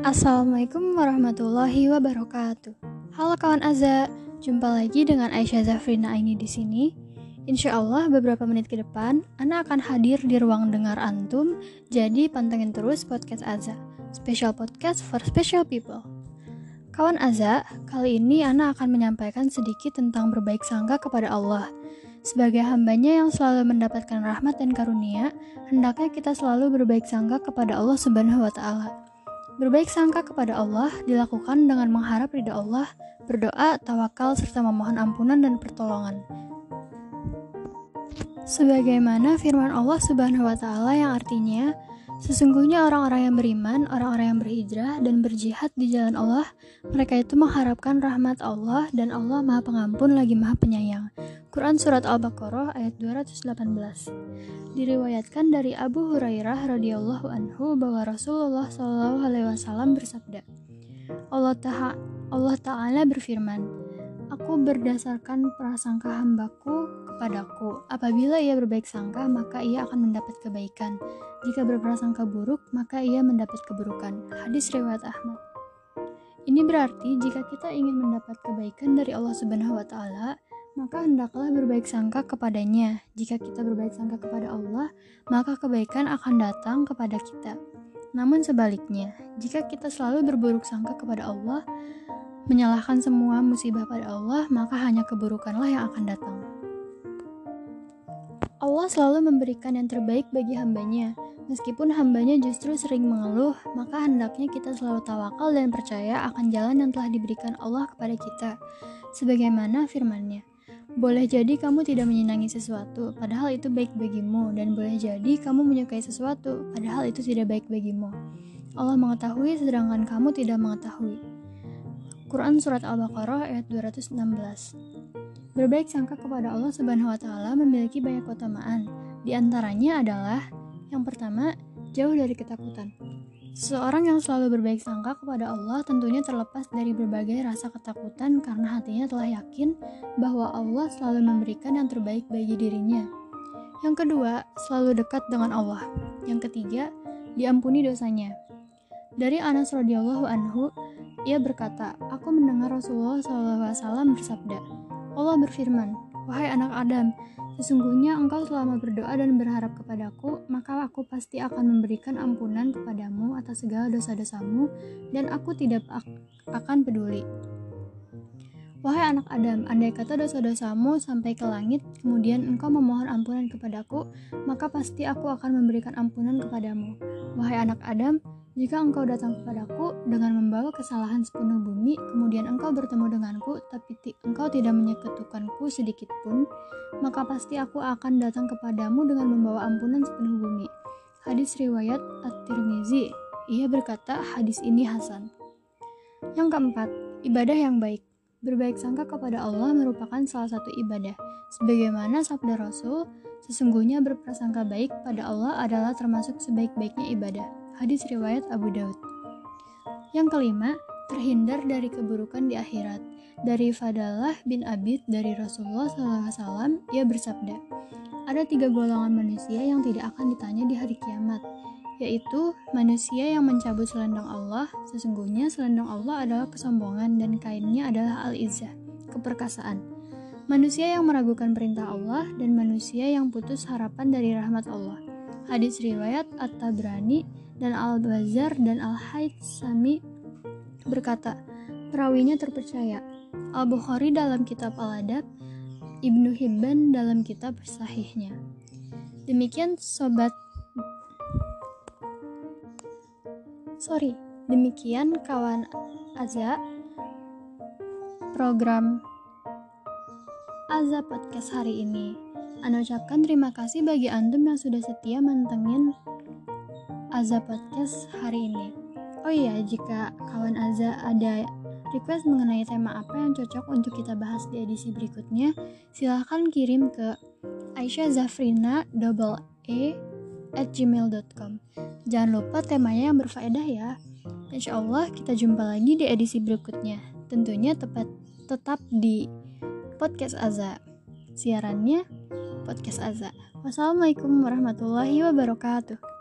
Assalamualaikum warahmatullahi wabarakatuh. Halo kawan Aza, jumpa lagi dengan Aisyah Zafrina Aini di sini. Insya Allah beberapa menit ke depan, Ana akan hadir di ruang dengar antum. Jadi pantengin terus podcast Aza, special podcast for special people. Kawan Aza, kali ini Ana akan menyampaikan sedikit tentang berbaik sangka kepada Allah. Sebagai hambanya yang selalu mendapatkan rahmat dan karunia, hendaknya kita selalu berbaik sangka kepada Allah Subhanahu wa Ta'ala. Berbaik sangka kepada Allah dilakukan dengan mengharap ridha Allah, berdoa, tawakal, serta memohon ampunan dan pertolongan. Sebagaimana firman Allah Subhanahu wa Ta'ala yang artinya, sesungguhnya orang-orang yang beriman, orang-orang yang berhijrah dan berjihad di jalan Allah, mereka itu mengharapkan rahmat Allah dan Allah Maha Pengampun lagi Maha Penyayang. Quran Surat Al-Baqarah ayat 218. Diriwayatkan dari Abu Hurairah radhiyallahu anhu bahwa Rasulullah SAW bersabda, Allah Ta'ala berfirman, Aku berdasarkan prasangka hambaku kepadaku. Apabila ia berbaik sangka, maka ia akan mendapat kebaikan. Jika berprasangka buruk, maka ia mendapat keburukan. Hadis riwayat Ahmad. Ini berarti jika kita ingin mendapat kebaikan dari Allah Subhanahu wa Ta'ala, maka hendaklah berbaik sangka kepadanya. Jika kita berbaik sangka kepada Allah, maka kebaikan akan datang kepada kita. Namun sebaliknya, jika kita selalu berburuk sangka kepada Allah, menyalahkan semua musibah pada Allah, maka hanya keburukanlah yang akan datang. Allah selalu memberikan yang terbaik bagi hambanya. Meskipun hambanya justru sering mengeluh, maka hendaknya kita selalu tawakal dan percaya akan jalan yang telah diberikan Allah kepada kita. Sebagaimana firman-Nya, boleh jadi kamu tidak menyenangi sesuatu, padahal itu baik bagimu, dan boleh jadi kamu menyukai sesuatu, padahal itu tidak baik bagimu. Allah mengetahui sedangkan kamu tidak mengetahui. Quran Surat Al-Baqarah ayat 216. Berbaik sangka kepada Allah Subhanahu wa Ta'ala memiliki banyak keutamaan. Di antaranya adalah, yang pertama, jauh dari ketakutan. Seseorang yang selalu berbaik sangka kepada Allah tentunya terlepas dari berbagai rasa ketakutan karena hatinya telah yakin bahwa Allah selalu memberikan yang terbaik bagi dirinya. Yang kedua, selalu dekat dengan Allah. Yang ketiga, diampuni dosanya. Dari Anas radhiyallahu anhu, ia berkata, Aku mendengar Rasulullah SAW bersabda, Allah berfirman, Wahai anak Adam, sesungguhnya engkau selama berdoa dan berharap kepadaku, maka aku pasti akan memberikan ampunan kepadamu atas segala dosa-dosamu, dan aku tidak akan peduli. Wahai anak Adam, andai kata dosa-dosamu sampai ke langit, kemudian engkau memohon ampunan kepadaku, maka pasti aku akan memberikan ampunan kepadamu. Wahai anak Adam, jika engkau datang kepadaku dengan membawa kesalahan sepenuh bumi, kemudian engkau bertemu denganku, tapi engkau tidak menyekutukanku sedikit pun, maka pasti aku akan datang kepadamu dengan membawa ampunan sepenuh bumi. Hadis riwayat At-Tirmizi. Ia berkata, hadis ini hasan. Yang keempat, ibadah yang baik. Berbaik sangka kepada Allah merupakan salah satu ibadah. Sebagaimana sabda Rasul, sesungguhnya berprasangka baik pada Allah adalah termasuk sebaik-baiknya ibadah. Hadis riwayat Abu Daud. Yang kelima, terhindar dari keburukan di akhirat. Dari Fadalah bin Abid dari Rasulullah SAW, ia bersabda, ada 3 golongan manusia yang tidak akan ditanya di hari kiamat, yaitu manusia yang mencabut selendang Allah. Sesungguhnya selendang Allah adalah kesombongan dan kainnya adalah al-izzah, keperkasaan. Manusia yang meragukan perintah Allah dan manusia yang putus harapan dari rahmat Allah. Hadis riwayat At-Tabrani dan Al-Bazzar dan Al-Haythami berkata, perawinya terpercaya. Al-Bukhari dalam kitab Al-Adab, Ibnu Hibban dalam kitab Sahihnya. Demikian kawan Aza, program Aza Podcast hari ini. Ana ucapkan terima kasih bagi antum yang sudah setia mantengin Aza Podcast hari ini. Oh iya, jika kawan Aza ada request mengenai tema apa yang cocok untuk kita bahas di edisi berikutnya, silahkan kirim ke aisyahzafrina@gmail.com. Jangan lupa temanya yang berfaedah ya. Insya Allah kita jumpa lagi di edisi berikutnya. Tentunya tetap di Podcast Aza. Siarannya Podcast Aza. Wassalamualaikum warahmatullahi wabarakatuh.